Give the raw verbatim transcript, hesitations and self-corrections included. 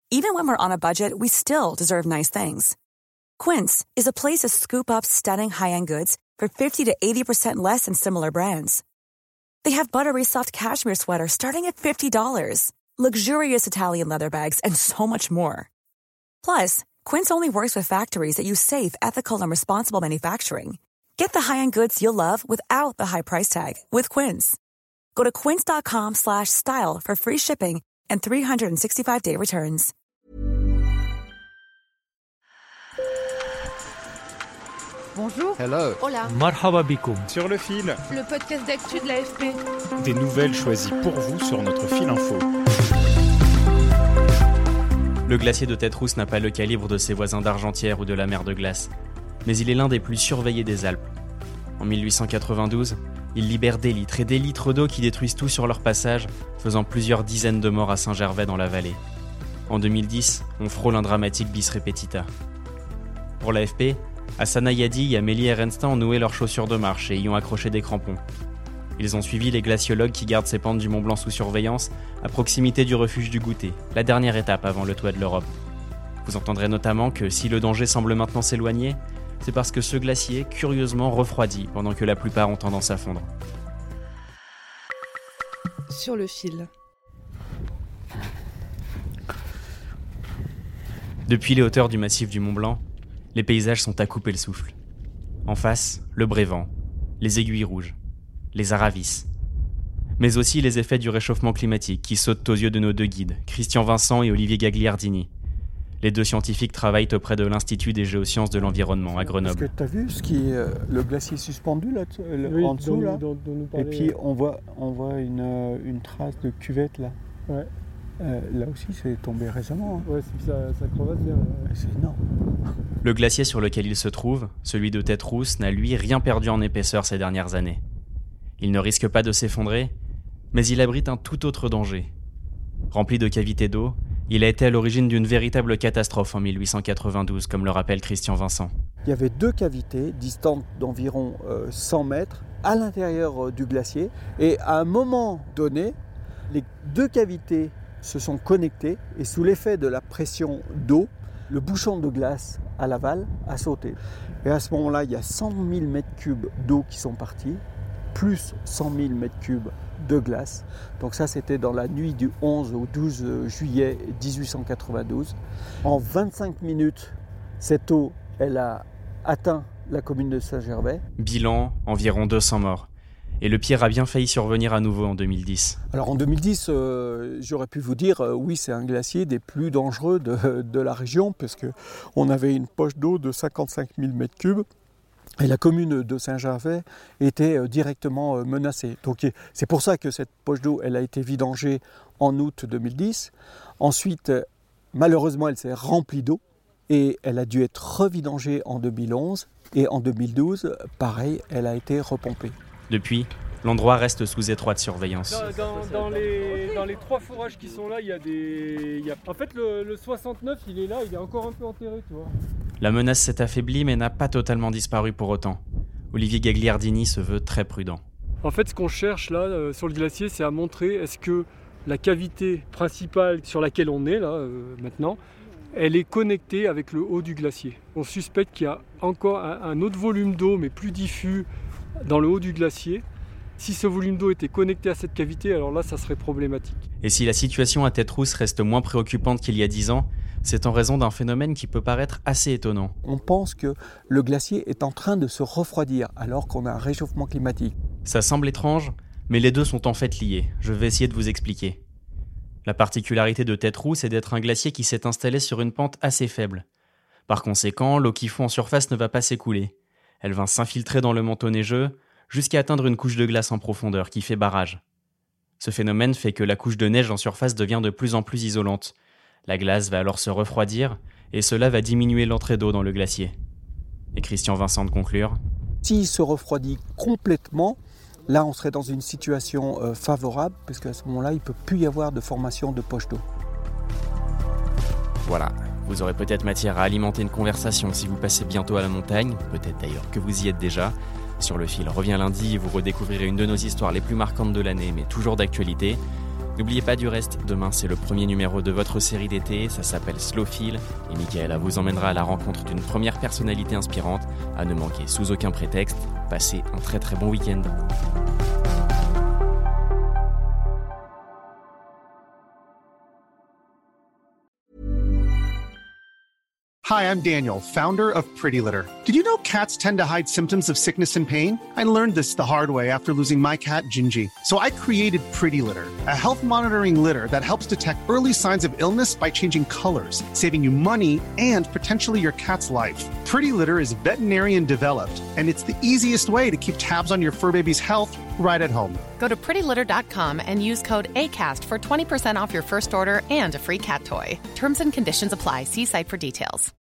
Even when we're on a budget, we still deserve nice things. Quince is a place to scoop up stunning high-end goods for fifty to eighty percent less than similar brands. They have buttery soft cashmere sweaters starting at fifty dollars, luxurious Italian leather bags, and so much more. Plus, Quince only works with factories that use safe, ethical, and responsible manufacturing. Get the high-end goods you'll love without the high price tag with Quince. Go to quince.com slash style for free shipping and three sixty-five day returns. Bonjour. Hello. Hola. Marhaba bikoum. Sur le fil. Le podcast d'actu de l'A F P. Des nouvelles choisies pour vous sur notre fil info. Le glacier de Tête-Rousse n'a pas le calibre de ses voisins d'Argentière ou de la mer de glace, mais il est l'un des plus surveillés des Alpes. En mille huit cent quatre-vingt-douze, il libère des litres et des litres d'eau qui détruisent tout sur leur passage, faisant plusieurs dizaines de morts à Saint-Gervais dans la vallée. En deux mille dix, on frôle un dramatique bis repetita. Pour l'A F P, Hassan Ayadi et Amélie Ehrenstein ont noué leurs chaussures de marche et y ont accroché des crampons. Ils ont suivi les glaciologues qui gardent ces pentes du Mont Blanc sous surveillance, à proximité du refuge du Goûter, la dernière étape avant le toit de l'Europe. Vous entendrez notamment que si le danger semble maintenant s'éloigner, c'est parce que ce glacier, curieusement, refroidit pendant que la plupart ont tendance à fondre. Sur le fil. Depuis les hauteurs du massif du Mont Blanc, les paysages sont à couper le souffle. En face, le Brévent, les aiguilles rouges, les Aravis, mais aussi les effets du réchauffement climatique qui sautent aux yeux de nos deux guides, Christian Vincent et Olivier Gagliardini. Les deux scientifiques travaillent auprès de l'Institut des géosciences de l'environnement à Grenoble. Est-ce que tu as vu ce qui est, euh, le glacier suspendu là, le, oui, en dessous dont, là dont, dont nous parlait, et puis on voit, on voit une, euh, une trace de cuvette là. Ouais. Euh, là aussi c'est tombé récemment. Hein. Ouais, ça, ça crevasse bien. Ouais. C'est énorme. Le glacier sur lequel il se trouve, celui de Tête-Rousse, n'a lui rien perdu en épaisseur ces dernières années. Il ne risque pas de s'effondrer, mais il abrite un tout autre danger. Rempli de cavités d'eau, il a été à l'origine d'une véritable catastrophe en mille huit cent quatre-vingt-douze, comme le rappelle Christian Vincent. Il y avait deux cavités distantes d'environ euh, cent mètres à l'intérieur euh, du glacier, et à un moment donné, les deux cavités se sont connectées et sous l'effet de la pression d'eau, le bouchon de glace à l'aval a sauté. Et à ce moment-là, il y a cent mille mètres cubes d'eau qui sont partis, plus cent mille mètres cubes de glace. Donc ça, c'était dans la nuit du onze au douze juillet dix-huit cent quatre-vingt-douze. En vingt-cinq minutes, cette eau, elle a atteint la commune de Saint-Gervais. Bilan, environ deux cents morts. Et le pire a bien failli survenir à nouveau en deux mille dix. Alors en deux mille dix, euh, j'aurais pu vous dire, euh, oui, c'est un glacier des plus dangereux de, de la région, parce qu'on avait une poche d'eau de cinquante-cinq mille mètres cubes. Et la commune de Saint-Gervais était euh, directement euh, menacée. Donc c'est pour ça que cette poche d'eau, elle a été vidangée en août deux mille dix. Ensuite, euh, malheureusement, elle s'est remplie d'eau et elle a dû être revidangée en deux mille onze. Et en deux mille douze, pareil, elle a été repompée. Depuis, l'endroit reste sous étroite surveillance. Dans, dans, dans, les, dans les trois fourrages qui sont là, il y a des... Il y a... En fait, le, le soixante-neuf, il est là, il est encore un peu enterré, tu vois. La menace s'est affaiblie, mais n'a pas totalement disparu pour autant. Olivier Gagliardini se veut très prudent. En fait, ce qu'on cherche là, euh, sur le glacier, c'est à montrer est-ce que la cavité principale sur laquelle on est, là, euh, maintenant, elle est connectée avec le haut du glacier. On suspecte qu'il y a encore un, un autre volume d'eau, mais plus diffus, dans le haut du glacier. Si ce volume d'eau était connecté à cette cavité, alors là, ça serait problématique. Et si la situation à Tête-Rousse reste moins préoccupante qu'il y a dix ans, c'est en raison d'un phénomène qui peut paraître assez étonnant. On pense que le glacier est en train de se refroidir alors qu'on a un réchauffement climatique. Ça semble étrange, mais les deux sont en fait liés. Je vais essayer de vous expliquer. La particularité de Tête-Rousse est d'être un glacier qui s'est installé sur une pente assez faible. Par conséquent, l'eau qui fond en surface ne va pas s'écouler. Elle va s'infiltrer dans le manteau neigeux jusqu'à atteindre une couche de glace en profondeur qui fait barrage. Ce phénomène fait que la couche de neige en surface devient de plus en plus isolante. La glace va alors se refroidir et cela va diminuer l'entrée d'eau dans le glacier. Et Christian Vincent de conclure. S'il se refroidit complètement, là on serait dans une situation euh, favorable parce qu'à ce moment-là, il ne peut plus y avoir de formation de poche d'eau. Voilà. Vous aurez peut-être matière à alimenter une conversation si vous passez bientôt à la montagne, peut-être d'ailleurs que vous y êtes déjà. Sur le fil revient lundi et vous redécouvrirez une de nos histoires les plus marquantes de l'année, mais toujours d'actualité. N'oubliez pas du reste, demain c'est le premier numéro de votre série d'été, ça s'appelle Slowfeel, et Michaela vous emmènera à la rencontre d'une première personnalité inspirante, à ne manquer sous aucun prétexte. Passez un très très bon week-end. Hi, I'm Daniel, founder of Pretty Litter. Did you know cats tend to hide symptoms of sickness and pain? I learned this the hard way after losing my cat, Gingy. So I created Pretty Litter, a health monitoring litter that helps detect early signs of illness by changing colors, saving you money and potentially your cat's life. Pretty Litter is veterinarian developed, and it's the easiest way to keep tabs on your fur baby's health right at home. Go to pretty litter dot com and use code ACAST for twenty percent off your first order and a free cat toy. Terms and conditions apply. See site for details.